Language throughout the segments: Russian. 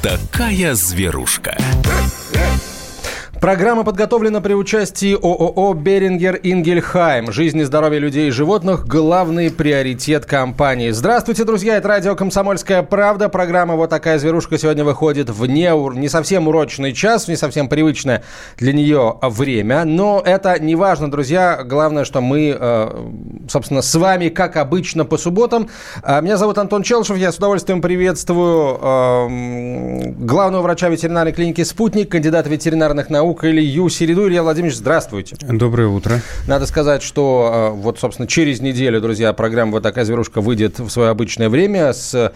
Какая зверушка? Программа подготовлена при участии ООО «Берингер Ингельхайм». Жизнь и здоровье людей и животных – главный приоритет компании. Здравствуйте, друзья! Это радио «Комсомольская правда». Программа «Вот такая зверушка» сегодня выходит в не совсем урочный час, в не совсем привычное для нее время. Но это не важно, друзья. Главное, что мы, собственно, с вами, как обычно, по субботам. Меня зовут Антон Челышев. Я с удовольствием приветствую главного врача ветеринарной клиники «Спутник», кандидата ветеринарных наук Илью Середу. Илья Владимирович, здравствуйте. Доброе утро. Надо сказать, что вот, собственно, через неделю, друзья, программа «Вот такая зверушка» выйдет в свое обычное время с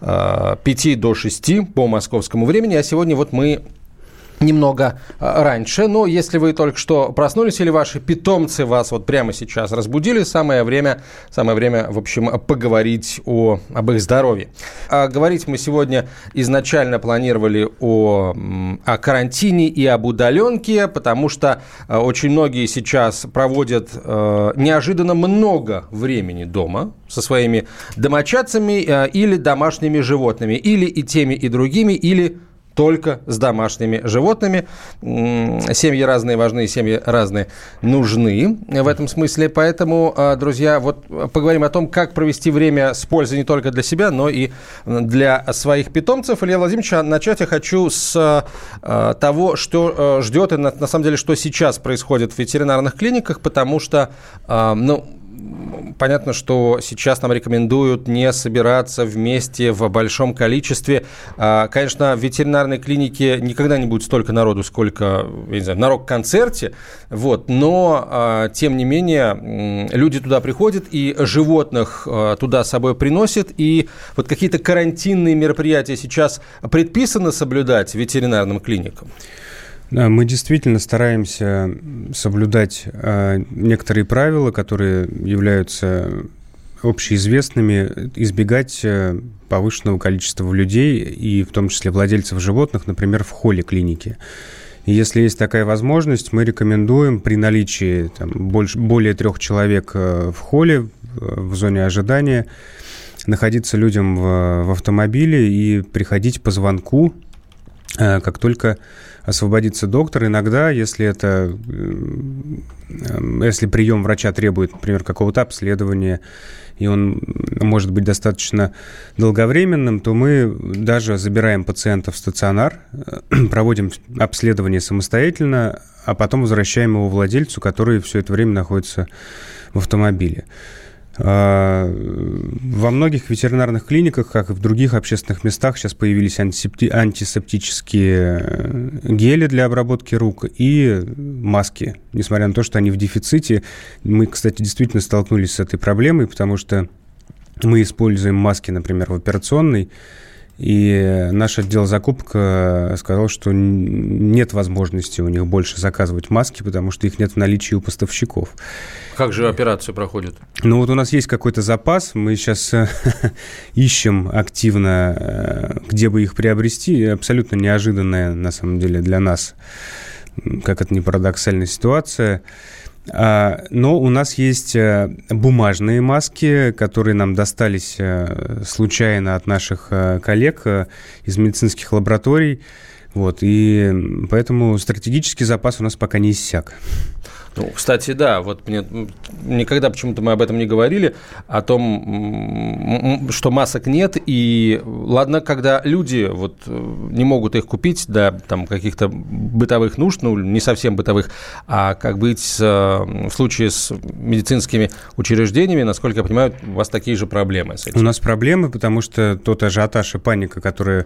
5 до 6 по московскому времени. А сегодня вот мы немного раньше. Но если вы только что проснулись или ваши питомцы вас вот прямо сейчас разбудили, самое время, в общем, поговорить об их здоровье. Говорить мы сегодня изначально планировали о карантине и об удаленке, потому что очень многие сейчас проводят неожиданно много времени дома со своими домочадцами или домашними животными, или и теми, и другими, или только с домашними животными. Семьи разные важны, семьи разные нужны в этом смысле. Поэтому, друзья, вот поговорим о том, как провести время с пользой не только для себя, но и для своих питомцев. Илья Владимирович, начать я хочу с того, что ждет и, на самом деле, что сейчас происходит в ветеринарных клиниках, потому что, понятно, что сейчас нам рекомендуют не собираться вместе в большом количестве. Конечно, в ветеринарной клинике никогда не будет столько народу, сколько, я не знаю, на рок-концерте, вот, но, тем не менее, люди туда приходят и животных туда с собой приносят, и вот какие-то карантинные мероприятия сейчас предписано соблюдать ветеринарным клиникам? Да, мы действительно стараемся соблюдать некоторые правила, которые являются общеизвестными, избегать повышенного количества людей, и в том числе владельцев животных, например, в холле клиники. И если есть такая возможность, мы рекомендуем при наличии более 3 человек в холле, в зоне ожидания, находиться людям в автомобиле и приходить по звонку, как только освободится доктор. Иногда, если прием врача требует, например, какого-то обследования, и он может быть достаточно долговременным, то мы даже забираем пациента в стационар, проводим обследование самостоятельно, а потом возвращаем его владельцу, который все это время находится в автомобиле. Во многих ветеринарных клиниках, как и в других общественных местах, сейчас появились антисептические гели для обработки рук и маски. Несмотря на то, что они в дефиците, мы, кстати, действительно столкнулись с этой проблемой, потому что мы используем маски, например, в операционной, и наш отдел закупок сказал, что нет возможности у них больше заказывать маски, потому что их нет в наличии у поставщиков. Как же операция проходит? Вот у нас есть какой-то запас, мы сейчас ищем активно, где бы их приобрести. Абсолютно неожиданная, на самом деле, для нас, как это ни парадоксальная ситуация. Но у нас есть бумажные маски, которые нам достались случайно от наших коллег из медицинских лабораторий. Вот, и поэтому стратегический запас у нас пока не иссяк. Кстати, да, вот никогда почему-то мы об этом не говорили, о том, что масок нет, и ладно, когда люди вот не могут их купить для каких-то бытовых нужд, не совсем бытовых, а как быть в случае с медицинскими учреждениями, насколько я понимаю, у вас такие же проблемы с этим? У нас проблемы, потому что тот ажиотаж и паника, которая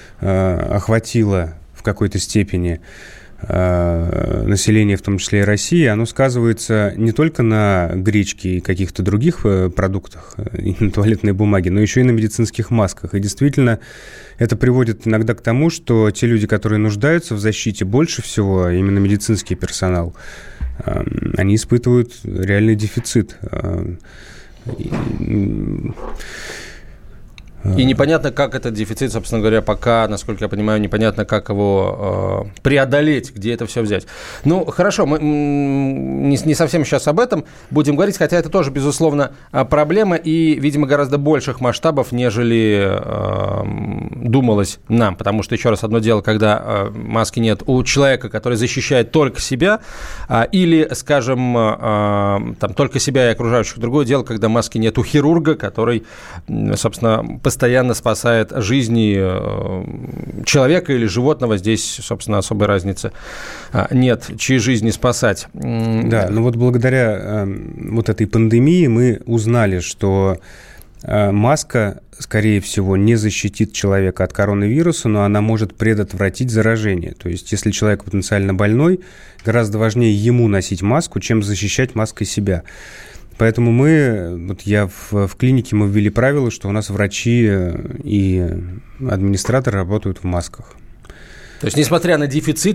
охватила в какой-то степени население, в том числе и России, оно сказывается не только на гречке и каких-то других продуктах, и на туалетной бумаге, но еще и на медицинских масках. И действительно, это приводит иногда к тому, что те люди, которые нуждаются в защите больше всего, именно медицинский персонал, они испытывают реальный дефицит. И непонятно, как этот дефицит, собственно говоря, пока, насколько я понимаю, непонятно, как его преодолеть, где это все взять. Ну, хорошо, мы не совсем сейчас об этом будем говорить, хотя это тоже, безусловно, проблема и, видимо, гораздо больших масштабов, нежели думалось нам. Потому что, еще раз, одно дело, когда маски нет у человека, который защищает только себя, или, скажем, там, только себя и окружающих. Другое дело, когда маски нет у хирурга, который, собственно, постоянно спасает жизни человека или животного. Здесь, собственно, особой разницы нет, чьи жизни спасать. Да, но вот благодаря вот этой пандемии мы узнали, что маска, скорее всего, не защитит человека от коронавируса, но она может предотвратить заражение. То есть, если человек потенциально больной, гораздо важнее ему носить маску, чем защищать маской себя. Поэтому я в клинике мы ввели правило, что у нас врачи и администраторы работают в масках. То есть, несмотря на дефицит,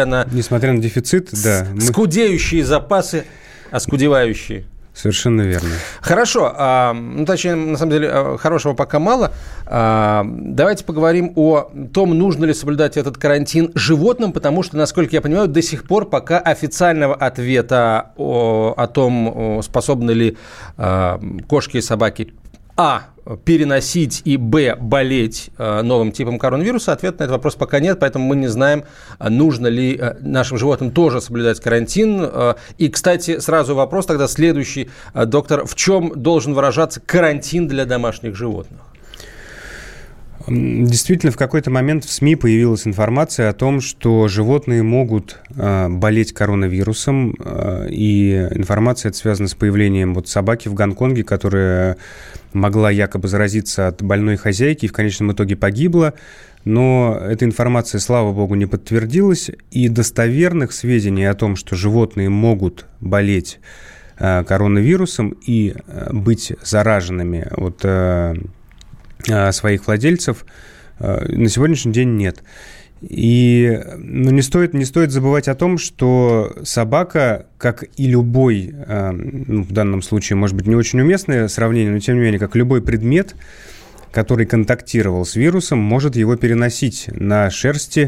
да. Скудеющие запасы, оскудевающие. Совершенно верно. Хорошо. Точнее, на самом деле, хорошего пока мало. Давайте поговорим о том, нужно ли соблюдать этот карантин животным, потому что, насколько я понимаю, до сих пор пока официального ответа о том, способны ли кошки и собаки переносить и болеть новым типом коронавируса, ответа на этот вопрос пока нет, поэтому мы не знаем, нужно ли нашим животным тоже соблюдать карантин. И, кстати, сразу вопрос тогда следующий. Доктор, в чем должен выражаться карантин для домашних животных? Действительно, в какой-то момент в СМИ появилась информация о том, что животные могут болеть коронавирусом, и информация эта связана с появлением собаки в Гонконге, которая могла якобы заразиться от больной хозяйки и в конечном итоге погибла, но эта информация, слава богу, не подтвердилась, и достоверных сведений о том, что животные могут болеть коронавирусом и быть зараженными от своих владельцев на сегодняшний день нет. И не стоит забывать о том, что собака, как и любой, в данном случае, может быть, не очень уместное сравнение, но тем не менее, как любой предмет, который контактировал с вирусом, может его переносить на шерсти.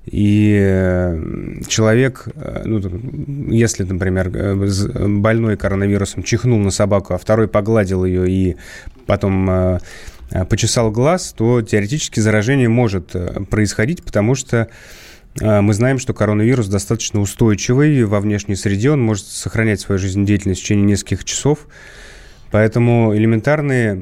И человек, если, например, больной коронавирусом чихнул на собаку, а второй погладил ее и потом почесал глаз, то теоретически заражение может происходить, потому что мы знаем, что коронавирус достаточно устойчивый во внешней среде, он может сохранять свою жизнедеятельность в течение нескольких часов, поэтому элементарные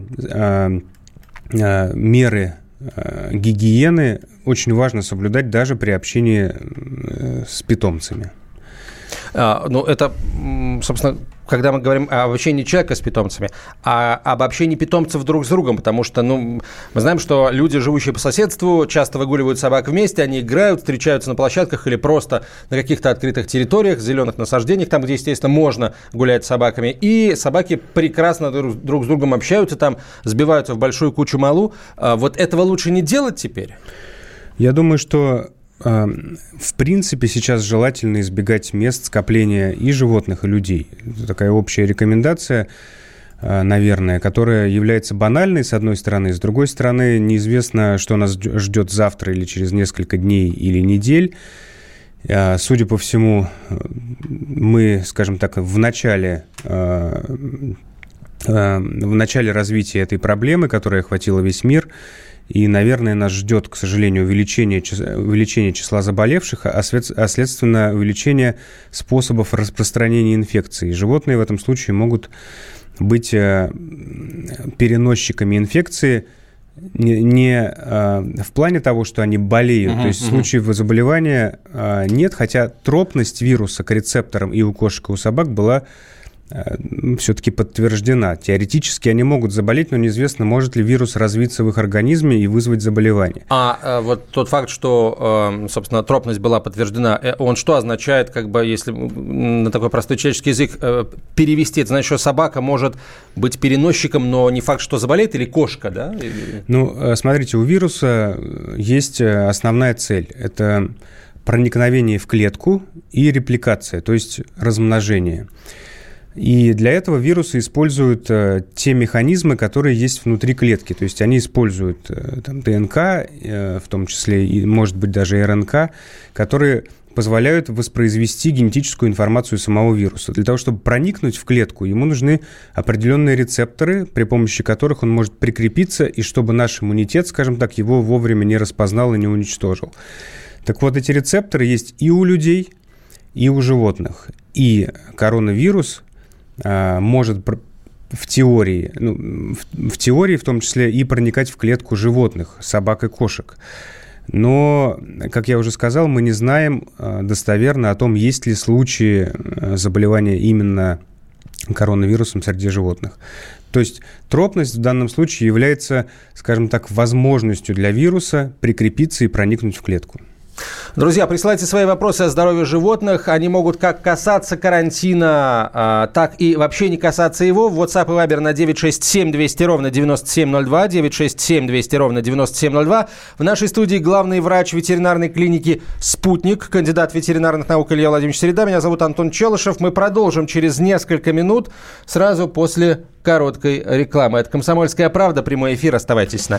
меры гигиены очень важно соблюдать даже при общении с питомцами. Это, собственно, когда мы говорим об общении человека с питомцами, а об общении питомцев друг с другом, потому что, мы знаем, что люди, живущие по соседству, часто выгуливают собак вместе, они играют, встречаются на площадках или просто на каких-то открытых территориях, зеленых насаждениях, там, где, естественно, можно гулять с собаками, и собаки прекрасно друг с другом общаются, там сбиваются в большую кучу малу. Вот этого лучше не делать теперь? Я думаю, что в принципе, сейчас желательно избегать мест скопления и животных, и людей. Это такая общая рекомендация, наверное, которая является банальной, с одной стороны. С другой стороны, неизвестно, что нас ждет завтра или через несколько дней или недель. Судя по всему, мы, скажем так, в начале развития этой проблемы, которая охватила весь мир. И, наверное, нас ждет, к сожалению, увеличение числа заболевших, а следственно увеличение способов распространения инфекции. Животные в этом случае могут быть переносчиками инфекции не в плане того, что они болеют. То есть случаев заболевания нет, хотя тропность вируса к рецепторам и у кошек, и у собак была все-таки подтверждена. Теоретически они могут заболеть, но неизвестно, может ли вирус развиться в их организме и вызвать заболевание. Вот тот факт, что, собственно, тропность была подтверждена, он что означает, если на такой простой человеческий язык перевести? Это значит, что собака может быть переносчиком, но не факт, что заболеет, или кошка, да? Смотрите, у вируса есть основная цель. Это проникновение в клетку и репликация, то есть размножение. И для этого вирусы используют те механизмы, которые есть внутри клетки. То есть они используют там, ДНК, в том числе, и, может быть, даже РНК, которые позволяют воспроизвести генетическую информацию самого вируса. Для того, чтобы проникнуть в клетку, ему нужны определенные рецепторы, при помощи которых он может прикрепиться, и чтобы наш иммунитет, скажем так, его вовремя не распознал и не уничтожил. Так вот, эти рецепторы есть и у людей, и у животных. И коронавирус может в теории, в том числе и проникать в клетку животных, собак и кошек. Но, как я уже сказал, мы не знаем достоверно о том, есть ли случаи заболевания именно коронавирусом среди животных. То есть тропность в данном случае является, скажем так, возможностью для вируса прикрепиться и проникнуть в клетку. Друзья, присылайте свои вопросы о здоровье животных. Они могут как касаться карантина, так и вообще не касаться его. В WhatsApp и Viber на 967 200 ровно 9702, 967 200 ровно 9702. В нашей студии главный врач ветеринарной клиники «Спутник», кандидат ветеринарных наук Илья Владимирович Середа. Меня зовут Антон Челышев. Мы продолжим через несколько минут, сразу после короткой рекламы. Это «Комсомольская правда», прямой эфир. Оставайтесь с нами.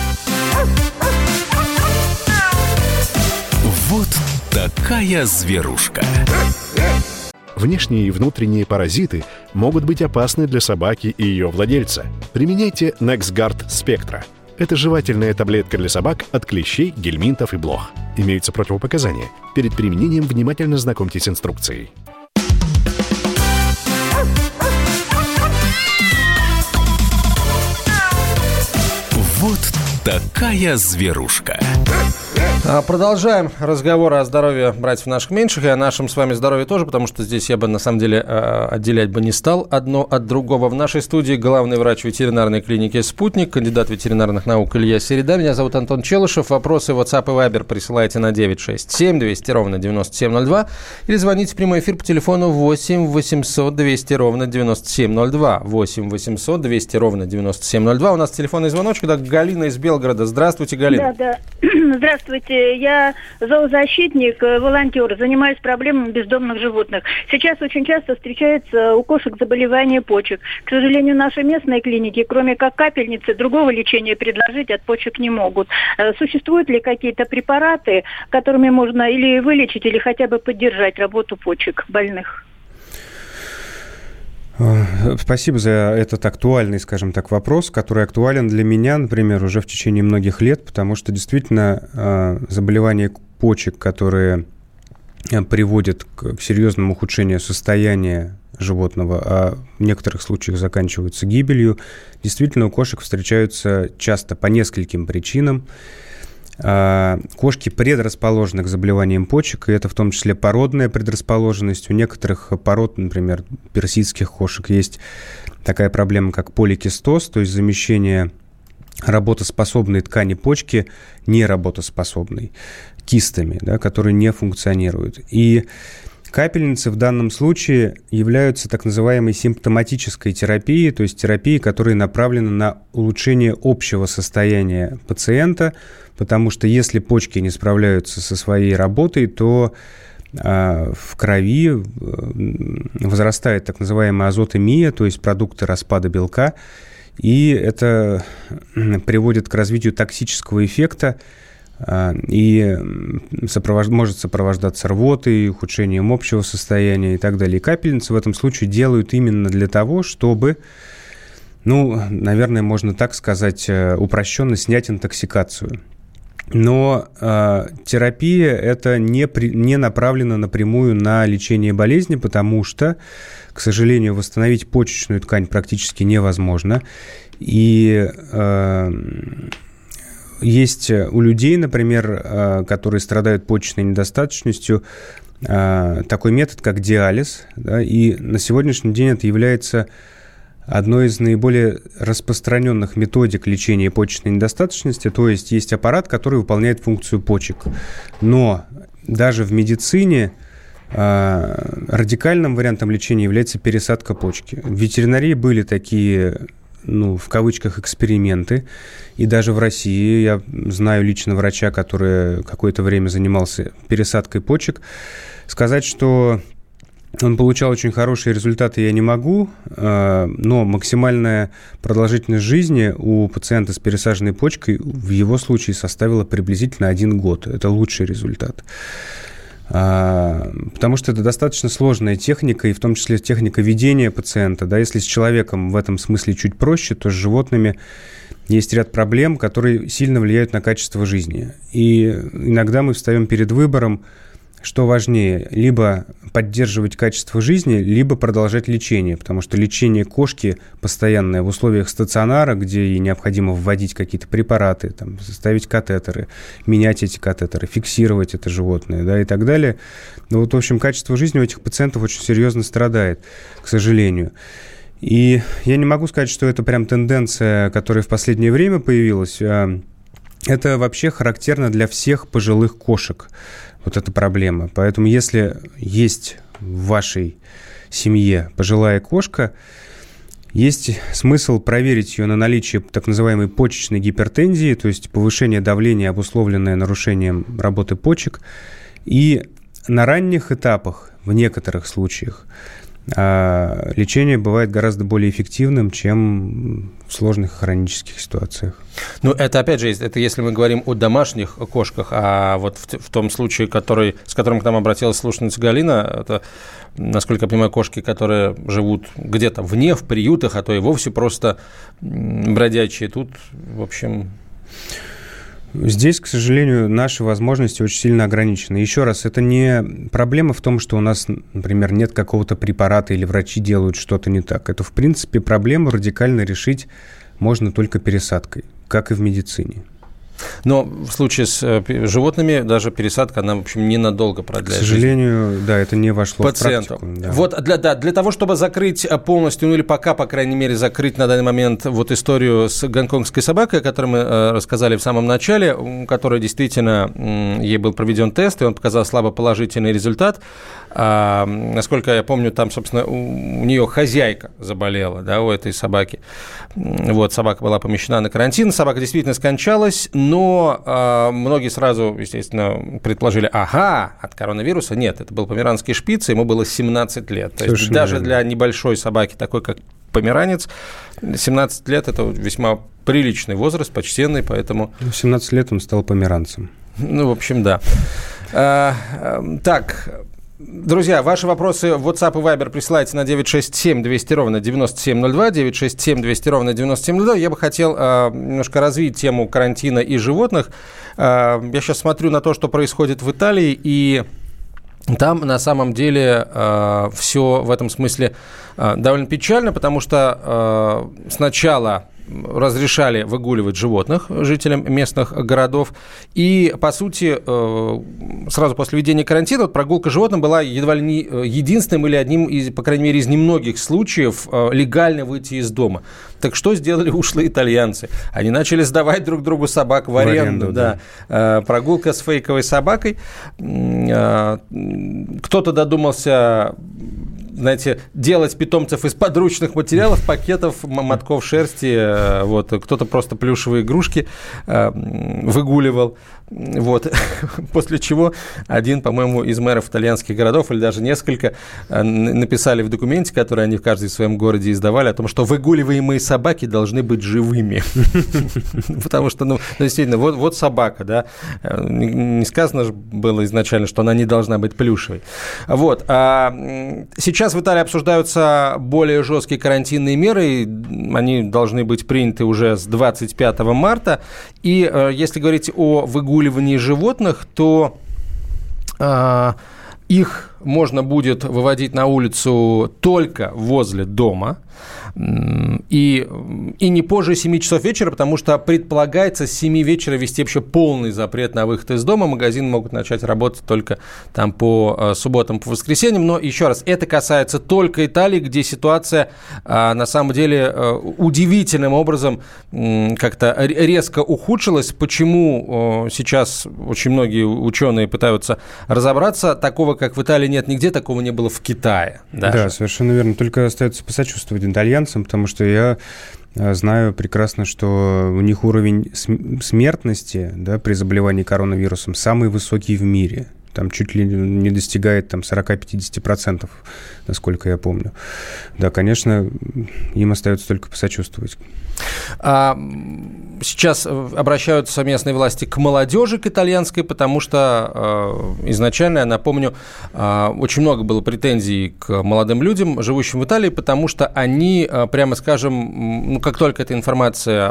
Вот такая зверушка. Внешние и внутренние паразиты могут быть опасны для собаки и ее владельца. Применяйте NexGard Spectra. Это жевательная таблетка для собак от клещей, гельминтов и блох. Имеются противопоказания. Перед применением внимательно знакомьтесь с инструкцией. Вот такая зверушка. Продолжаем разговор о здоровье братьев наших меньших и о нашем с вами здоровье тоже, потому что здесь я бы, на самом деле, отделять бы не стал одно от другого. В нашей студии главный врач ветеринарной клиники «Спутник», кандидат ветеринарных наук Илья Середа. Меня зовут Антон Челышев. Вопросы в WhatsApp и Viber присылайте на 967 200 ровно 9702 или звоните в прямой эфир по телефону 8 800 200 ровно 9702. 8 800 200 ровно 9702. У нас телефонный звоночек. Да, Галина из Белгорода. Здравствуйте, Галина. Да. Здравствуйте. Я зоозащитник, волонтер, занимаюсь проблемами бездомных животных. Сейчас очень часто встречается у кошек заболевание почек. К сожалению, наши местные клиники, кроме как капельницы, другого лечения предложить от почек не могут. Существуют ли какие-то препараты, которыми можно или вылечить, или хотя бы поддержать работу почек больных? Спасибо за этот актуальный, скажем так, вопрос, который актуален для меня, например, уже в течение многих лет, потому что действительно заболевания почек, которые приводят к серьезному ухудшению состояния животного, а в некоторых случаях заканчиваются гибелью, действительно у кошек встречаются часто по нескольким причинам. Кошки предрасположены к заболеваниям почек, и это в том числе породная предрасположенность. У некоторых пород, например, персидских кошек, есть такая проблема, как поликистоз, то есть замещение работоспособной ткани почки неработоспособной кистами, да, которые не функционируют. И капельницы в данном случае являются так называемой симптоматической терапией, то есть терапией, которая направлена на улучшение общего состояния пациента, потому что если почки не справляются со своей работой, то в крови возрастает так называемая азотемия, то есть продукты распада белка, и это приводит к развитию токсического эффекта и может сопровождаться рвотой, ухудшением общего состояния и так далее. И капельницы в этом случае делают именно для того, чтобы, наверное, можно так сказать, упрощенно снять интоксикацию. Но терапия это не направлена напрямую на лечение болезни, потому что, к сожалению, восстановить почечную ткань практически невозможно. И есть у людей, например, которые страдают почечной недостаточностью, такой метод, как диализ. Да, и на сегодняшний день это является одной из наиболее распространенных методик лечения почечной недостаточности, то есть есть аппарат, который выполняет функцию почек. Но даже в медицине радикальным вариантом лечения является пересадка почки. В ветеринарии были такие, в кавычках, эксперименты, и даже в России я знаю лично врача, который какое-то время занимался пересадкой почек. Сказать, что он получал очень хорошие результаты, я не могу, но максимальная продолжительность жизни у пациента с пересаженной почкой в его случае составила приблизительно 1 год. Это лучший результат. Потому что это достаточно сложная техника, и в том числе техника ведения пациента. Да, если с человеком в этом смысле чуть проще, то с животными есть ряд проблем, которые сильно влияют на качество жизни. И иногда мы встаем перед выбором, что важнее, либо поддерживать качество жизни, либо продолжать лечение, потому что лечение кошки постоянное в условиях стационара, где ей необходимо вводить какие-то препараты, там, ставить катетеры, менять эти катетеры, фиксировать это животное, да, и так далее. Но вот, в общем, качество жизни у этих пациентов очень серьезно страдает, к сожалению. И я не могу сказать, что это прям тенденция, которая в последнее время появилась. Это вообще характерно для всех пожилых кошек. Вот эта проблема. Поэтому если есть в вашей семье пожилая кошка, есть смысл проверить ее на наличие так называемой почечной гипертензии, то есть повышение давления, обусловленное нарушением работы почек. И на ранних этапах, в некоторых случаях, лечение бывает гораздо более эффективным, чем в сложных хронических ситуациях. Ну, это, опять же, это если мы говорим о домашних кошках, а вот в том случае, с которым к нам обратилась слушательница Галина, это, насколько я понимаю, кошки, которые живут где-то в приютах, а то и вовсе просто бродячие. Тут, в общем... Здесь, к сожалению, наши возможности очень сильно ограничены. Еще раз, это не проблема в том, что у нас, например, нет какого-то препарата или врачи делают что-то не так. Это, в принципе, проблему радикально решить можно только пересадкой, как и в медицине. Но в случае с животными даже пересадка, она, в общем, ненадолго продляет. К сожалению, жизнь. Да, это не вошло пациенту. В практику. Да. Вот для того, чтобы закрыть полностью, ну или пока, по крайней мере, закрыть на данный момент вот историю с гонконгской собакой, о которой мы рассказали в самом начале, у которой действительно ей был проведен тест, и он показал слабо положительный результат. Насколько я помню, там, собственно, у нее хозяйка заболела, да, у этой собаки. Вот, собака была помещена на карантин, собака действительно скончалась, но многие сразу, естественно, предположили, от коронавируса. Нет, это был померанский шпиц, ему было 17 лет. То есть даже для небольшой собаки, такой как померанец, 17 лет – это весьма приличный возраст, почтенный, поэтому… В 17 лет он стал померанцем. Ну, в общем, да. Так… Друзья, ваши вопросы в WhatsApp и Viber присылайте на 967-200-97-02, 967-200-97-02. Я бы хотел немножко развить тему карантина и животных. Я сейчас смотрю на то, что происходит в Италии, и там на самом деле все в этом смысле довольно печально, потому что сначала разрешали выгуливать животных жителям местных городов. И, по сути, сразу после введения карантина вот прогулка животным была едва ли не единственным или одним из, по крайней мере, из немногих случаев легально выйти из дома. Так что сделали ушлые итальянцы? Они начали сдавать друг другу собак в аренду. Да. Прогулка с фейковой собакой. Кто-то додумался, знаете, делать питомцев из подручных материалов, пакетов, мотков шерсти. Вот. Кто-то просто плюшевые игрушки выгуливал. Вот. После чего один, по-моему, из мэров итальянских городов, или даже несколько, написали в документе, который они в каждом своем городе издавали, о том, что выгуливаемые собаки должны быть живыми. Потому что, действительно, вот собака, да. Не сказано же было изначально, что она не должна быть плюшевой. Вот. Сейчас в Италии обсуждаются более жесткие карантинные меры. Они должны быть приняты уже с 25 марта. И если говорить о выгуливании животных, то их можно будет выводить на улицу только возле дома и не позже 7 часов вечера, потому что предполагается с 7 вечера ввести вообще полный запрет на выход из дома. Магазины могут начать работать только там по субботам, по воскресеньям. Но еще раз, это касается только Италии, где ситуация на самом деле удивительным образом как-то резко ухудшилась. Почему сейчас очень многие ученые пытаются разобраться? Такого, как в Италии, нет нигде, такого не было в Китае. Даже. Да, совершенно верно. Только остается посочувствовать итальянцам, потому что я знаю прекрасно, что у них уровень смертности, да, при заболевании коронавирусом самый высокий в мире. там чуть ли не достигает там 40-50%, насколько я помню. Да, конечно, им остается только посочувствовать. Сейчас обращаются местные власти к молодежи, к итальянской, потому что изначально, я напомню, очень много было претензий к молодым людям, живущим в Италии, потому что они, прямо скажем, ну, как только эта информация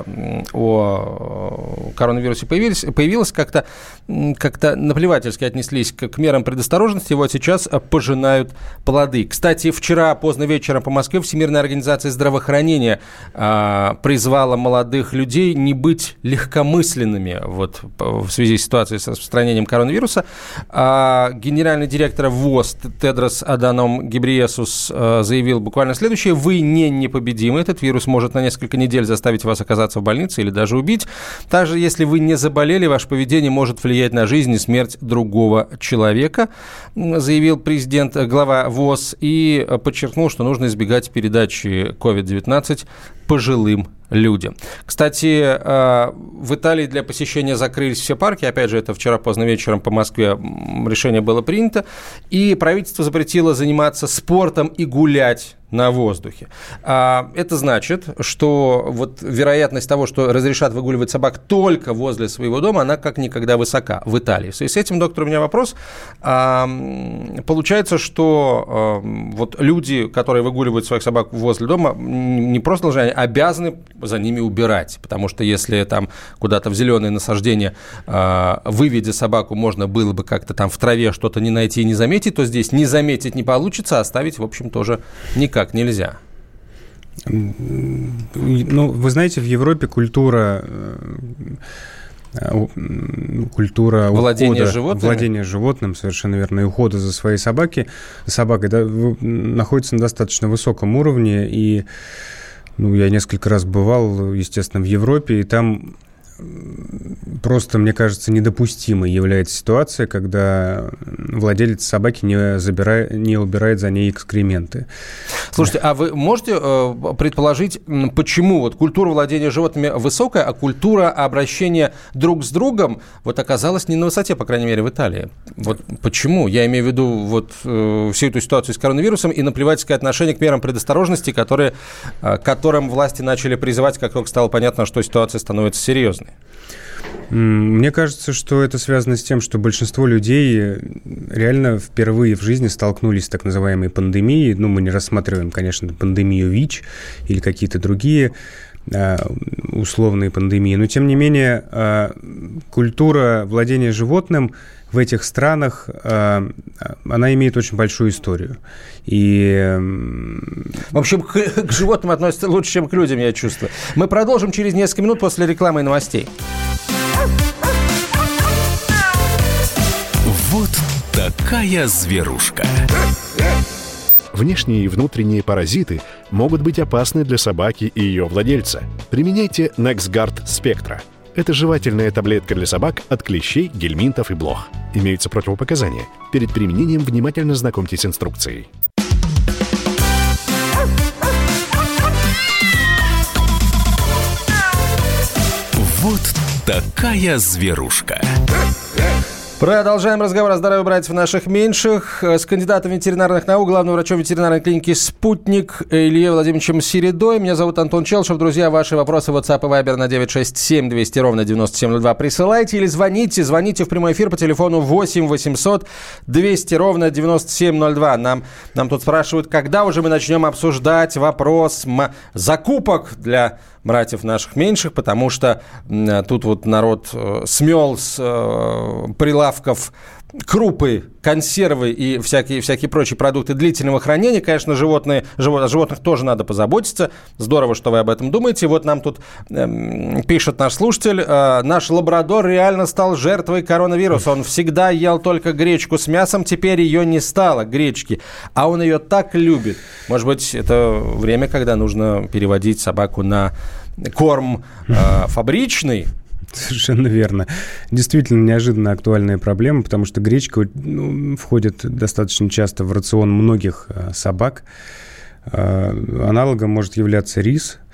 о коронавирусе появилась, как-то наплевательски отнеслись к мерам предосторожности, вот сейчас пожинают плоды. Кстати, вчера поздно вечером по Москве Всемирная организация здравоохранения призвала молодых людей не быть легкомысленными вот, в связи с ситуацией с распространением коронавируса. Генеральный директор ВОЗ Тедрос Аданом Гебрейесус заявил буквально следующее: вы не непобедимы, этот вирус может на несколько недель заставить вас оказаться в больнице или даже убить. Также, если вы не заболели, ваше поведение может влиять на жизнь и смерть другого человека, заявил глава ВОЗ, и подчеркнул, что нужно избегать передачи COVID-19 пожилым людям. Кстати, в Италии для посещения закрылись все парки. Опять же, это вчера поздно вечером по Москве решение было принято. И правительство запретило заниматься спортом и гулять на воздухе. Это значит, что вот вероятность того, что разрешат выгуливать собак только возле своего дома, она как никогда высока в Италии. В связи с этим, доктор, у меня вопрос. Получается, что вот люди, которые выгуливают своих собак возле дома, не просто должны, они обязаны за ними убирать, потому что если там куда-то в зеленые насаждения, выведя собаку, можно было бы как-то там в траве что-то не найти и не заметить, то здесь не заметить не получится, а оставить, в общем, тоже никак нельзя. Ну, вы знаете, в Европе культура владения животным, совершенно верно, и ухода за своей собакой, да, находится на достаточно высоком уровне. И я несколько раз бывал, естественно, в Европе, и там просто, мне кажется, недопустимой является ситуация, когда владелец собаки не убирает за ней экскременты. Слушайте, а вы можете предположить, почему вот культура владения животными высокая, а культура обращения друг с другом вот оказалась не на высоте, по крайней мере, в Италии? Вот почему? Я имею в виду вот всю эту ситуацию с коронавирусом и наплевательское отношение к мерам предосторожности, которым власти начали призывать, как только стало понятно, что ситуация становится серьезной. Мне кажется, что это связано с тем, что большинство людей реально впервые в жизни столкнулись с так называемой пандемией. Мы не рассматриваем, конечно, пандемию ВИЧ или какие-то другие условные пандемии, но, тем не менее, культура владения животным в этих странах, она имеет очень большую историю. И... В общем, к животным относятся лучше, чем к людям, я чувствую. Мы продолжим через несколько минут после рекламы и новостей. Вот такая зверушка. Внешние и внутренние паразиты могут быть опасны для собаки и ее владельца. Применяйте NexGard Spectra. Это жевательная таблетка для собак от клещей, гельминтов и блох. Имеются противопоказания. Перед применением внимательно знакомьтесь с инструкцией. Вот такая зверушка. Продолжаем разговор о здоровье братьев наших меньших с кандидатом ветеринарных наук, главным врачом ветеринарной клиники «Спутник» Ильей Владимировичем Середой. Меня зовут Антон Челшев. Друзья, ваши вопросы в WhatsApp и Viber на 967 200 ровно 9702 присылайте или звоните в прямой эфир по телефону 8 800 200 ровно 9702. Нам тут спрашивают, когда уже мы начнем обсуждать вопрос закупок для братьев наших меньших, потому что тут вот народ смел с прилавков крупы, консервы и всякие прочие продукты длительного хранения. Конечно, о животных тоже надо позаботиться. Здорово, что вы об этом думаете. Вот нам тут пишет наш слушатель. Наш лабрадор реально стал жертвой коронавируса. Он всегда ел только гречку с мясом, теперь ее не стало, гречки. А он ее так любит. Может быть, это время, когда нужно переводить собаку на корм фабричный? Совершенно верно. Действительно неожиданно актуальная проблема, потому что гречка входит достаточно часто в рацион многих собак. Аналогом может являться рис.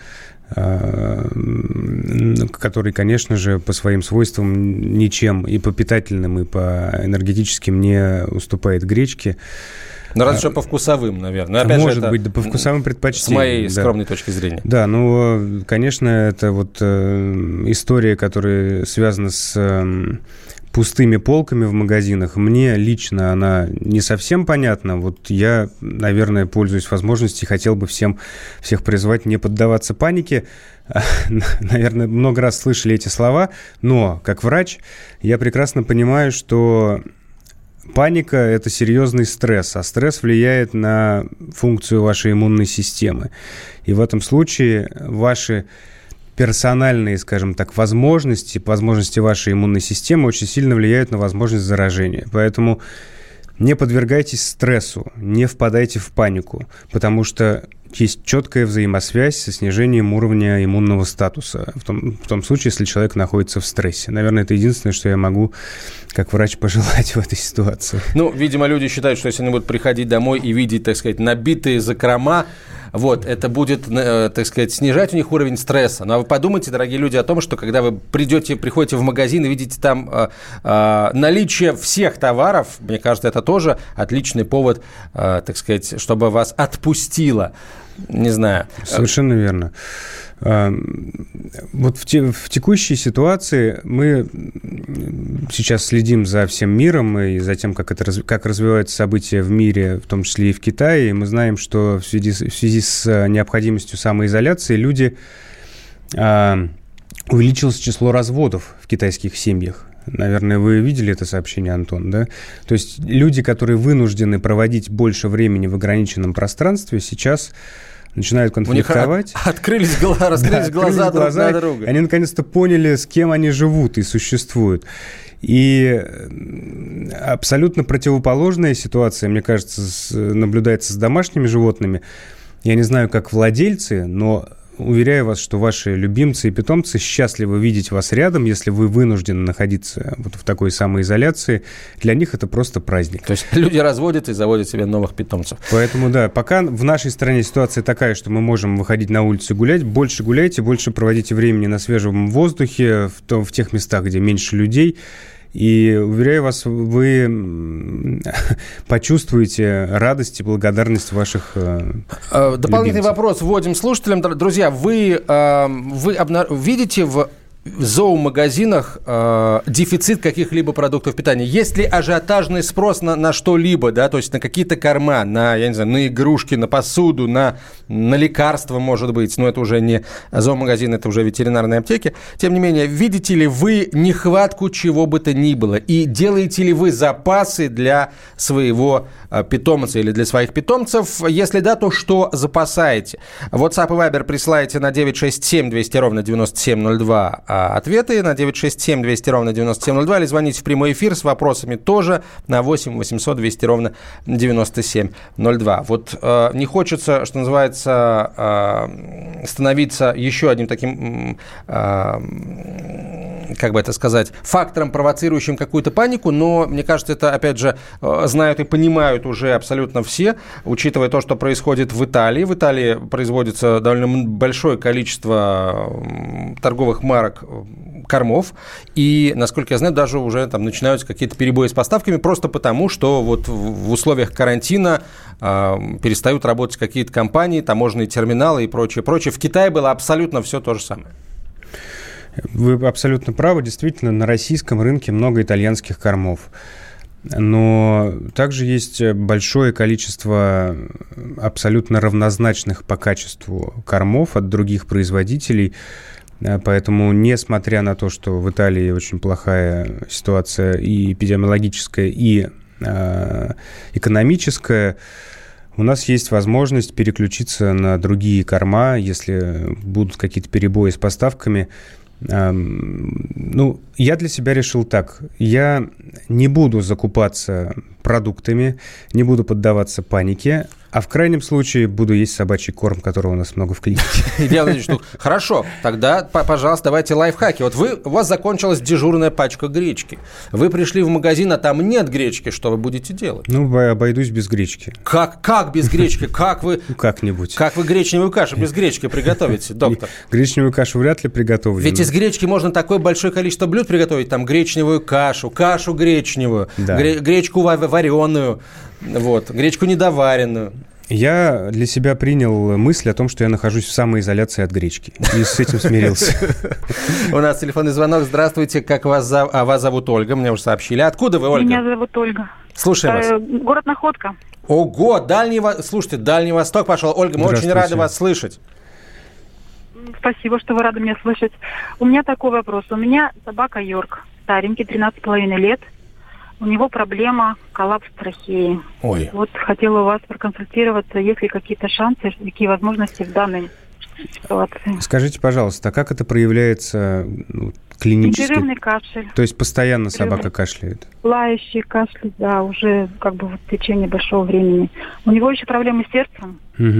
который, конечно же, по своим свойствам ничем и по питательным, и по энергетическим не уступает гречке. Ну, разве что по вкусовым, наверное. Опять может же, быть, да, по вкусовым предпочтениям. С моей скромной точки зрения. Да, ну, конечно, это вот история, которая связана с пустыми полками в магазинах. Мне лично она не совсем понятна. Вот я, наверное, пользуюсь возможностью и хотел бы всех призывать не поддаваться панике. Наверное, много раз слышали эти слова, но, как врач, я прекрасно понимаю, что паника – это серьезный стресс, а стресс влияет на функцию вашей иммунной системы. И в этом случае ваши персональные, скажем так, возможности вашей иммунной системы очень сильно влияют на возможность заражения. Поэтому не подвергайтесь стрессу, не впадайте в панику, потому что есть четкая взаимосвязь со снижением уровня иммунного статуса, в том случае, если человек находится в стрессе. Наверное, это единственное, что я могу, как врач, пожелать в этой ситуации. Ну, видимо, люди считают, что если они будут приходить домой и видеть, так сказать, набитые закрома, вот, это будет, так сказать, снижать у них уровень стресса. Ну, а вы подумайте, дорогие люди, о том, что когда вы приходите в магазин и видите там наличие всех товаров, мне кажется, это тоже отличный повод, так сказать, чтобы вас отпустило. Не знаю. Совершенно верно. Вот в текущей ситуации мы сейчас следим за всем миром и за тем, как развиваются события в мире, в том числе и в Китае. И мы знаем, что в связи с необходимостью самоизоляции увеличилось число разводов в китайских семьях. Наверное, вы видели это сообщение, Антон, да? То есть люди, которые вынуждены проводить больше времени в ограниченном пространстве, сейчас начинают конфликтовать. У них раскрылись глаза друг на друга. Они наконец-то поняли, с кем они живут и существуют. И абсолютно противоположная ситуация, мне кажется, наблюдается с домашними животными. Я не знаю, как владельцы, но уверяю вас, что ваши любимцы и питомцы счастливы видеть вас рядом, если вы вынуждены находиться вот в такой самоизоляции. Для них это просто праздник. То есть люди разводят и заводят себе новых питомцев. Поэтому, да, пока в нашей стране ситуация такая, что мы можем выходить на улицу и гулять, больше гуляйте, больше проводите времени на свежем воздухе, в тех местах, где меньше людей. И, уверяю вас, вы почувствуете радость и благодарность ваших Дополнительный любимцев. Вопрос вводим слушателям. Друзья, вы видите в зоомагазинах дефицит каких-либо продуктов питания? Есть ли ажиотажный спрос на что-либо, да, то есть на какие-то корма, я не знаю, на игрушки, на посуду, на лекарства, может быть, но это уже не зоомагазин, это уже ветеринарные аптеки. Тем не менее, видите ли вы нехватку чего бы то ни было? И делаете ли вы запасы для своего питомца или для своих питомцев? Если да, то что запасаете? WhatsApp и Viber присылайте на 967 200 ровно 9702 ответы на 967 200 ровно 9702 или звоните в прямой эфир с вопросами тоже на 8 800 200 ровно 9702. Вот не хочется, что называется, становиться еще одним таким, как бы это сказать, фактором, провоцирующим какую-то панику, но, мне кажется, это, опять же, знают и понимают уже абсолютно все, учитывая то, что происходит в Италии. В Италии производится довольно большое количество торговых марок кормов, и, насколько я знаю, даже уже там начинаются какие-то перебои с поставками, просто потому, что вот в условиях карантина перестают работать какие-то компании, таможенные терминалы и прочее, прочее. В Китае было абсолютно все то же самое. Вы абсолютно правы. Действительно, на российском рынке много итальянских кормов. Но также есть большое количество абсолютно равнозначных по качеству кормов от других производителей. Поэтому, несмотря на то, что в Италии очень плохая ситуация и эпидемиологическая, и экономическая, у нас есть возможность переключиться на другие корма, если будут какие-то перебои с поставками. Я для себя решил так. Я не буду закупаться продуктами, не буду поддаваться панике, А в крайнем случае буду есть собачий корм, которого у нас много в клинике. Хорошо, тогда, пожалуйста, давайте лайфхаки. Вот у вас закончилась дежурная пачка гречки. Вы пришли в магазин, а там нет гречки. Что вы будете делать? Ну, обойдусь без гречки. Как без гречки? Как вы... Как-нибудь. Как вы гречневую кашу без гречки приготовите, доктор? Гречневую кашу вряд ли приготовлю. Ведь из гречки можно такое большое количество блюд приготовить. Там гречневую кашу гречневую, гречку вареную. Вот, гречку недоваренную. Я для себя принял мысль о том, что я нахожусь в самоизоляции от гречки. И с этим смирился. У нас телефонный звонок. Здравствуйте, как вас зовут? Вас зовут Ольга, мне уже сообщили. Откуда вы, Ольга? Меня зовут Ольга. Слушаем вас. Город Находка. Ого, слушайте, Дальний Восток пошел. Ольга, мы очень рады вас слышать. Спасибо, что вы рады меня слышать. У меня такой вопрос. У меня собака Йорк, старенький, 13,5 лет. У него проблема коллапс трахеи. Ой. Вот хотела у вас проконсультироваться, есть ли какие-то шансы, какие возможности в данной ситуации. Скажите, пожалуйста, а как это проявляется клинически? Непрерывный кашель. То есть постоянно собака кашляет? Лающий кашель, да, уже как бы в течение большого времени. У него еще проблемы с сердцем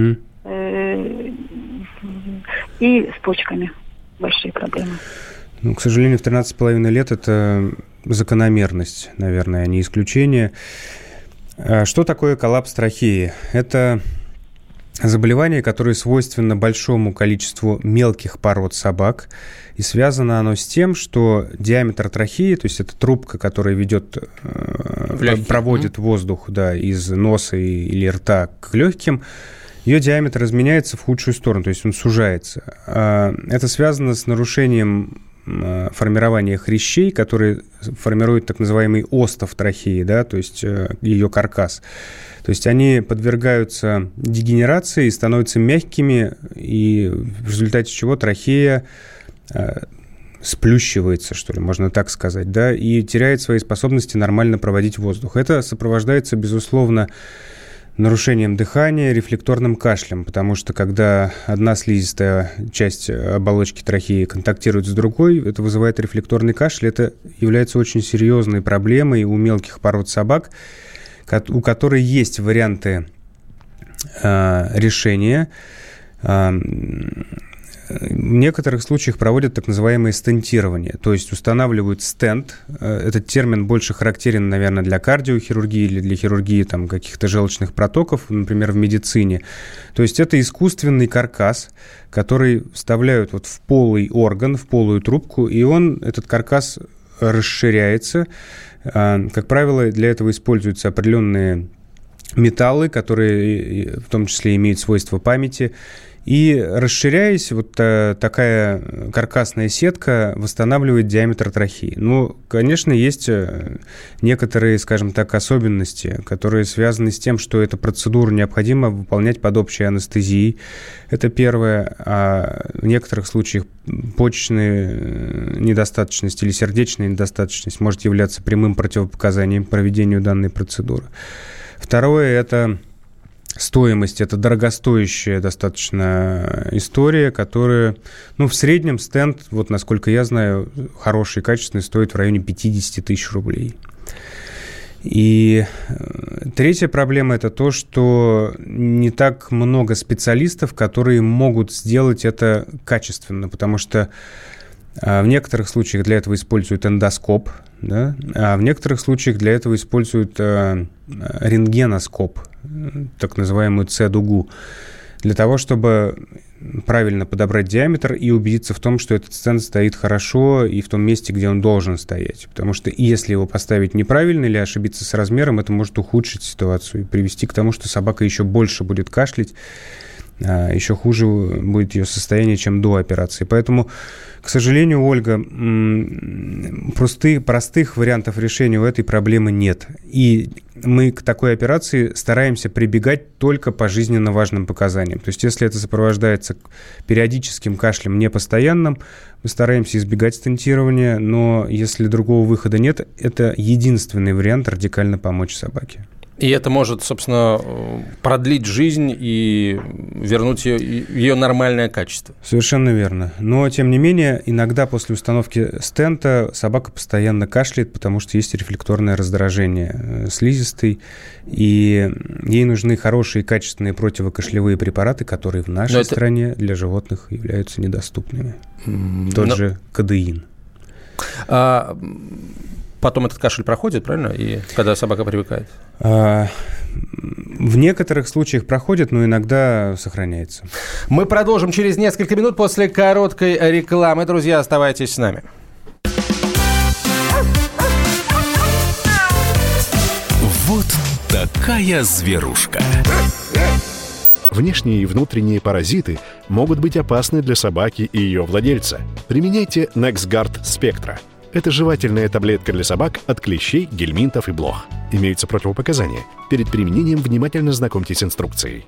и с почками. Большие проблемы. Ну, к сожалению, в 13,5 лет это закономерность, наверное, а не исключение. Что такое коллапс трахеи? Это заболевание, которое свойственно большому количеству мелких пород собак. И связано оно с тем, что диаметр трахеи, то есть это трубка, которая проводит воздух из носа или рта к легким, ее диаметр изменяется в худшую сторону, то есть он сужается. Это связано с нарушением формирования хрящей, которые формируют так называемый остов трахеи, то есть ее каркас. То есть они подвергаются дегенерации, становятся мягкими, и в результате чего трахея сплющивается, что ли, можно так сказать, и теряет свои способности нормально проводить воздух. Это сопровождается, безусловно, нарушением дыхания, рефлекторным кашлем, потому что когда одна слизистая часть оболочки трахеи контактирует с другой, это вызывает рефлекторный кашель. Это является очень серьезной проблемой у мелких пород собак, у которой есть варианты решения. В некоторых случаях проводят так называемое стентирование, то есть устанавливают стент. Этот термин больше характерен, наверное, для кардиохирургии или для хирургии каких-то желчных протоков, например, в медицине. То есть это искусственный каркас, который вставляют в полый орган, в полую трубку, и этот каркас расширяется. Как правило, для этого используются определенные металлы, которые в том числе имеют свойства памяти. И, расширяясь, такая каркасная сетка восстанавливает диаметр трахеи. Ну, конечно, есть некоторые, скажем так, особенности, которые связаны с тем, что эту процедуру необходимо выполнять под общей анестезией. Это первое. А в некоторых случаях почечная недостаточность или сердечная недостаточность может являться прямым противопоказанием к проведению данной процедуры. Второе – это стоимость. Это дорогостоящая достаточно история, которая, в среднем стенд, насколько я знаю, хороший, качественный, стоит в районе 50 тысяч рублей. И третья проблема – это то, что не так много специалистов, которые могут сделать это качественно, потому что в некоторых случаях для этого используют эндоскоп, а в некоторых случаях для этого используют рентгеноскоп, так называемую С-дугу, для того, чтобы правильно подобрать диаметр и убедиться в том, что этот стенд стоит хорошо и в том месте, где он должен стоять. Потому что если его поставить неправильно или ошибиться с размером, это может ухудшить ситуацию и привести к тому, что собака еще больше будет кашлять, еще хуже будет ее состояние, чем до операции. Поэтому, к сожалению, Ольга, простых вариантов решения у этой проблемы нет. И мы к такой операции стараемся прибегать только по жизненно важным показаниям. То есть, если это сопровождается периодическим кашлем непостоянным, мы стараемся избегать стентирования, но если другого выхода нет, это единственный вариант радикально помочь собаке. И это может, собственно, продлить жизнь и вернуть ее нормальное качество. Совершенно верно. Но, тем не менее, иногда после установки стента собака постоянно кашляет, потому что есть рефлекторное раздражение слизистой, и ей нужны хорошие качественные противокашлевые препараты, которые в нашей стране для животных являются недоступными. Тот же кодеин. Потом этот кашель проходит, правильно? И когда собака привыкает? В некоторых случаях проходит, но иногда сохраняется. Мы продолжим через несколько минут после короткой рекламы. Друзья, оставайтесь с нами. Вот такая зверушка. Внешние и внутренние паразиты могут быть опасны для собаки и ее владельца. Применяйте NexGard Spectra. Это жевательная таблетка для собак от клещей, гельминтов и блох. Имеются противопоказания. Перед применением внимательно знакомьтесь с инструкцией.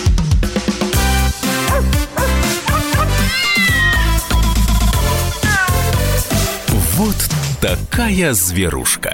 Вот такая зверушка.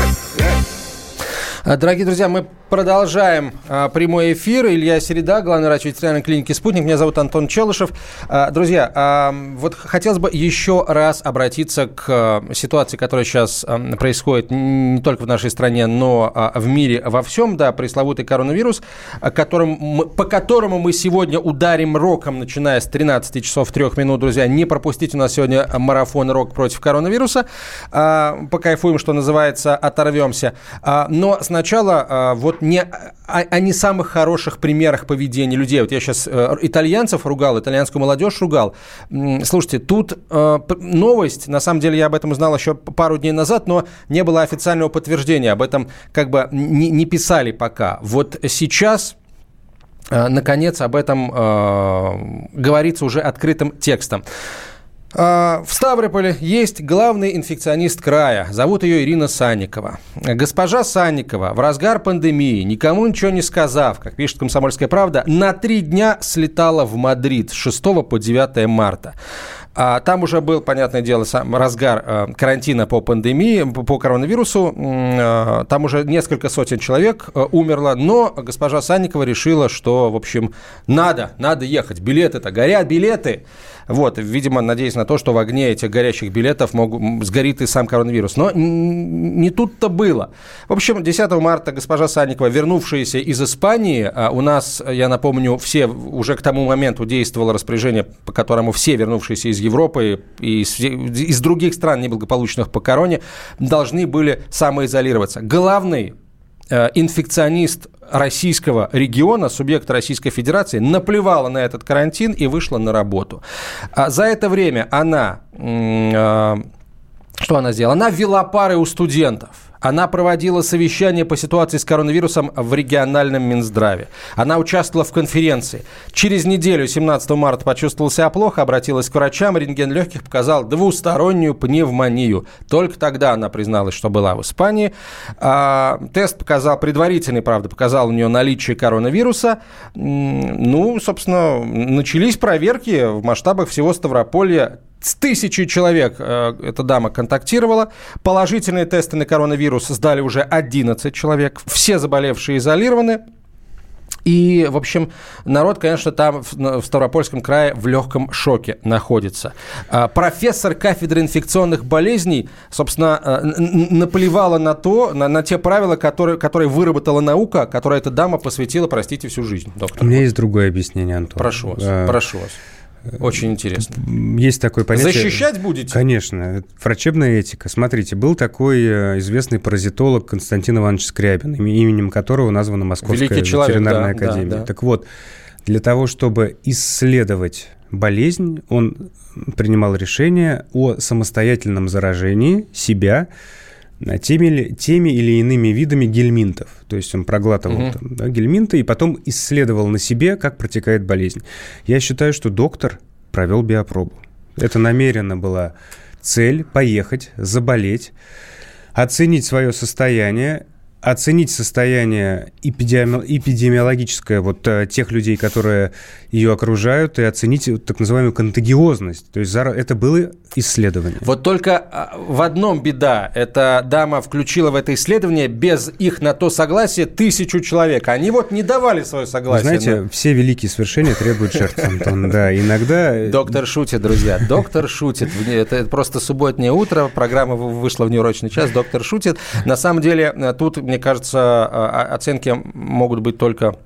Дорогие друзья, мы продолжаем прямой эфир. Илья Середа, главный врач ветеринарной клиники «Спутник». Меня зовут Антон Челышев. Друзья, вот хотелось бы еще раз обратиться к ситуации, которая сейчас происходит не только в нашей стране, но в мире во всем. Да, пресловутый коронавирус, по которому мы сегодня ударим роком, начиная с 13 часов 3 минут. Друзья, не пропустите, у нас сегодня марафон «Рок против коронавируса». Покайфуем, что называется, оторвемся. Но сначала вот не о не самых хороших примерах поведения людей. Вот я сейчас итальянцев ругал, итальянскую молодежь ругал. Слушайте, тут новость, на самом деле я об этом узнал еще пару дней назад, но не было официального подтверждения, об этом как бы не писали пока. Вот сейчас, наконец, об этом говорится уже открытым текстом. В Ставрополе есть главный инфекционист края. Зовут ее Ирина Санникова. Госпожа Санникова в разгар пандемии, никому ничего не сказав, как пишет «Комсомольская правда», на 3 дня слетала в Мадрид с 6 по 9 марта. Там уже был, понятное дело, разгар карантина по пандемии, по коронавирусу. Там уже несколько сотен человек умерло. Но госпожа Санникова решила, что, в общем, надо ехать. Билеты-то горят, билеты. Вот, видимо, надеясь на то, что в огне этих горящих билетов сгорит и сам коронавирус. Но не тут-то было. В общем, 10 марта госпожа Санникова, вернувшаяся из Испании, у нас, я напомню, уже к тому моменту действовало распоряжение, по которому все вернувшиеся из Европы и из других стран, неблагополучных по короне, должны были самоизолироваться. Главный инфекционист российского региона, субъекта Российской Федерации, наплевала на этот карантин и вышла на работу. За это время она... Что она сделала? Она вела пары у студентов. Она проводила совещания по ситуации с коронавирусом в региональном Минздраве. Она участвовала в конференции. Через неделю, 17 марта, почувствовала себя плохо, обратилась к врачам. Рентген легких показал двустороннюю пневмонию. Только тогда она призналась, что была в Испании. Тест показал, предварительный, правда, показал у нее наличие коронавируса. Ну, собственно, начались проверки в масштабах всего Ставрополья. С 1000 человек эта дама контактировала. Положительные тесты на коронавирус сдали уже 11 человек. Все заболевшие изолированы. И, в общем, народ, конечно, там в Ставропольском крае в легком шоке находится. Профессор кафедры инфекционных болезней, собственно, наплевала на те правила, которые выработала наука, которые эта дама посвятила, простите, всю жизнь. Доктор. У меня есть другое объяснение, Антон. Прошу вас. Очень интересно. Есть такое понятие... Защищать будете? Конечно. Врачебная этика. Смотрите, был такой известный паразитолог Константин Иванович Скрябин, именем которого названа Московская ветеринарная академия. Да. Так вот, для того, чтобы исследовать болезнь, он принимал решение о самостоятельном заражении себя теми или иными видами гельминтов. То есть он проглатывал гельминты и потом исследовал на себе, как протекает болезнь. Я считаю, что доктор провел биопробу. Это намеренно была цель — поехать, заболеть, оценить свое состояние, оценить состояние эпидемиологическое вот тех людей, которые ее окружают, и оценить так называемую контагиозность. То есть это было исследование. Вот только в одном беда. Эта дама включила в это исследование без их на то согласия 1000 человек. Они вот не давали свое согласие. Вы знаете, все великие свершения требуют жертв, Антон. Да, иногда... Доктор шутит, друзья. Доктор шутит. Это просто субботнее утро. Программа вышла в неурочный час. Доктор шутит. На самом деле, тут, мне кажется, оценки могут быть только...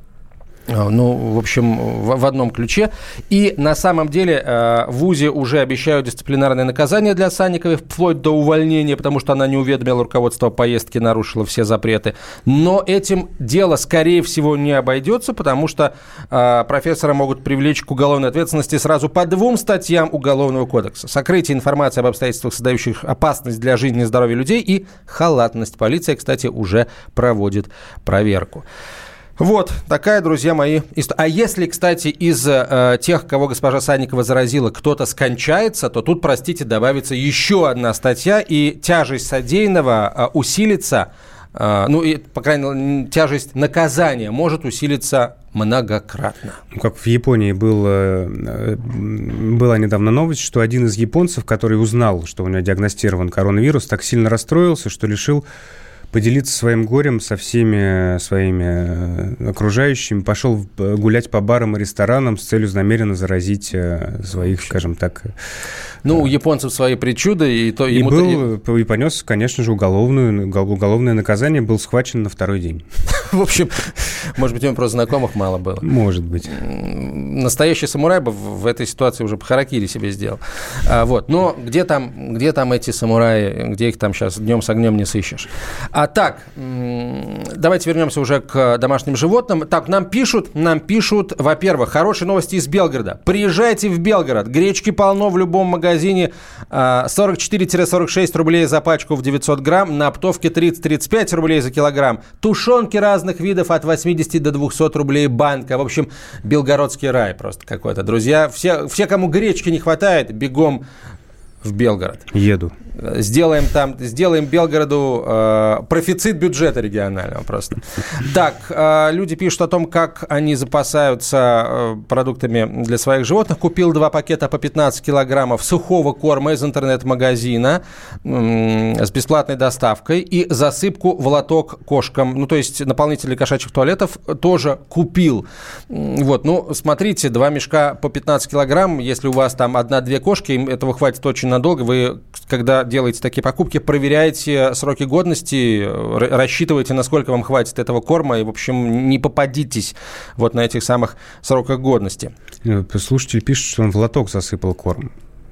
в общем, в одном ключе. И на самом деле в ВУЗе уже обещают дисциплинарное наказание для Санниковой, вплоть до увольнения, потому что она не уведомила руководство о поездке, нарушила все запреты. Но этим дело, скорее всего, не обойдется, потому что профессора могут привлечь к уголовной ответственности сразу по 2 статьям Уголовного кодекса. Сокрытие информации об обстоятельствах, создающих опасность для жизни и здоровья людей, и халатность. Полиция, кстати, уже проводит проверку. Вот, такая, друзья мои, история. А если, кстати, из тех, кого госпожа Санникова заразила, кто-то скончается, то тут, простите, добавится еще одна статья, и тяжесть содеянного усилится, и, по крайней мере, тяжесть наказания может усилиться многократно. Как в Японии была недавно новость, что один из японцев, который узнал, что у него диагностирован коронавирус, так сильно расстроился, что решил поделиться своим горем со всеми своими окружающими, пошел гулять по барам и ресторанам с целью намеренно заразить своих, скажем так... у японцев свои причуды. И понес, конечно же, уголовное наказание, был схвачен на 2-й день. В общем, может быть, у него просто знакомых мало было. Может быть. Настоящий самурай бы в этой ситуации уже по харакири себе сделал. Но где там эти самураи, где их там сейчас днем с огнем не сыщешь? Так, давайте вернемся уже к домашним животным. Так, нам пишут, во-первых, хорошие новости из Белгорода. Приезжайте в Белгород, гречки полно в любом магазине, 44-46 рублей за пачку в 900 грамм, на оптовке 30-35 рублей за килограмм, тушенки разных видов от 80 до 200 рублей банка. В общем, белгородский рай просто какой-то. Друзья, все, кому гречки не хватает, бегом в Белгород. Еду. Сделаем Белгороду профицит бюджета регионального просто. Так, люди пишут о том, как они запасаются продуктами для своих животных. Купил 2 пакета по 15 килограммов сухого корма из интернет-магазина с бесплатной доставкой и засыпку в лоток кошкам. То есть наполнители кошачьих туалетов тоже купил. Смотрите, 2 мешка по 15 килограмм. Если у вас там 1-2 кошки, им этого хватит очень надолго. Вы, когда делаете такие покупки, проверяйте сроки годности, рассчитывайте, насколько вам хватит этого корма, и, в общем, не попадитесь на этих самых сроках годности. Слушатель пишет, что он в лоток засыпал корм.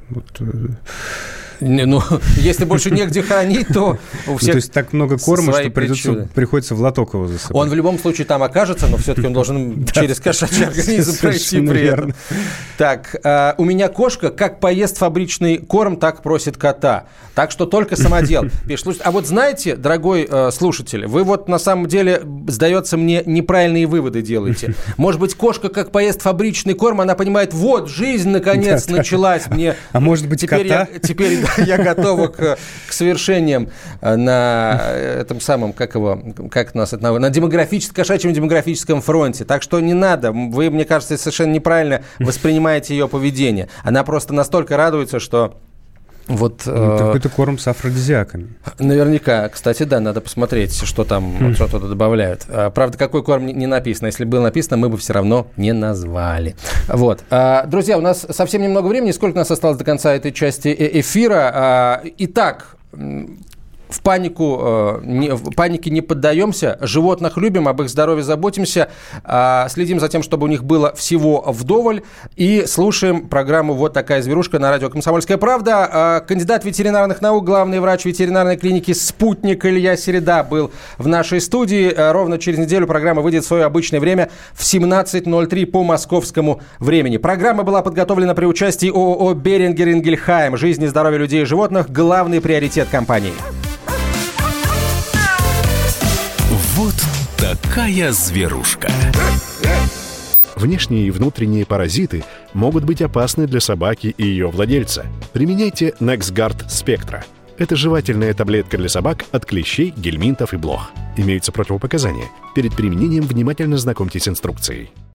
Если больше негде хранить, то у всех то есть так много корма, что приходится в лоток его засыпать. Он в любом случае там окажется, но все-таки он должен через кошачий организм пройти при этом. Так, у меня кошка как поест фабричный корм, так просит кота. Так что только самодел. Пишет, а вот знаете, дорогой слушатель, вы на самом деле, сдается мне, неправильные выводы делаете. Может быть, кошка как поест фабричный корм, она понимает, жизнь наконец началась. А может быть, кота? Теперь я готова к свершениям на этом самом, на кошачьем демографическом фронте. Так что не надо. Вы, мне кажется, совершенно неправильно воспринимаете ее поведение. Она просто настолько радуется, что... Какой-то корм с афродизиаками. Наверняка. Кстати, да, надо посмотреть, что там что-то добавляют. Правда, какой корм не написано. Если было написано, мы бы все равно не назвали. Друзья, у нас совсем немного времени. Сколько у нас осталось до конца этой части эфира? Итак, в панике не поддаемся, животных любим, об их здоровье заботимся, следим за тем, чтобы у них было всего вдоволь, и слушаем программу «Вот такая зверушка» на радио «Комсомольская правда». Кандидат ветеринарных наук, главный врач ветеринарной клиники «Спутник» Илья Середа был в нашей студии. Ровно через неделю программа выйдет в свое обычное время в 17:03 по московскому времени. Программа была подготовлена при участии ООО «Берингер Ингельхайм». Жизнь и здоровье людей и животных – главный приоритет компании. Вот такая зверушка. Внешние и внутренние паразиты могут быть опасны для собаки и ее владельца. Применяйте NexGard Spectra. Это жевательная таблетка для собак от клещей, гельминтов и блох. Имеются противопоказания. Перед применением внимательно знакомьтесь с инструкцией.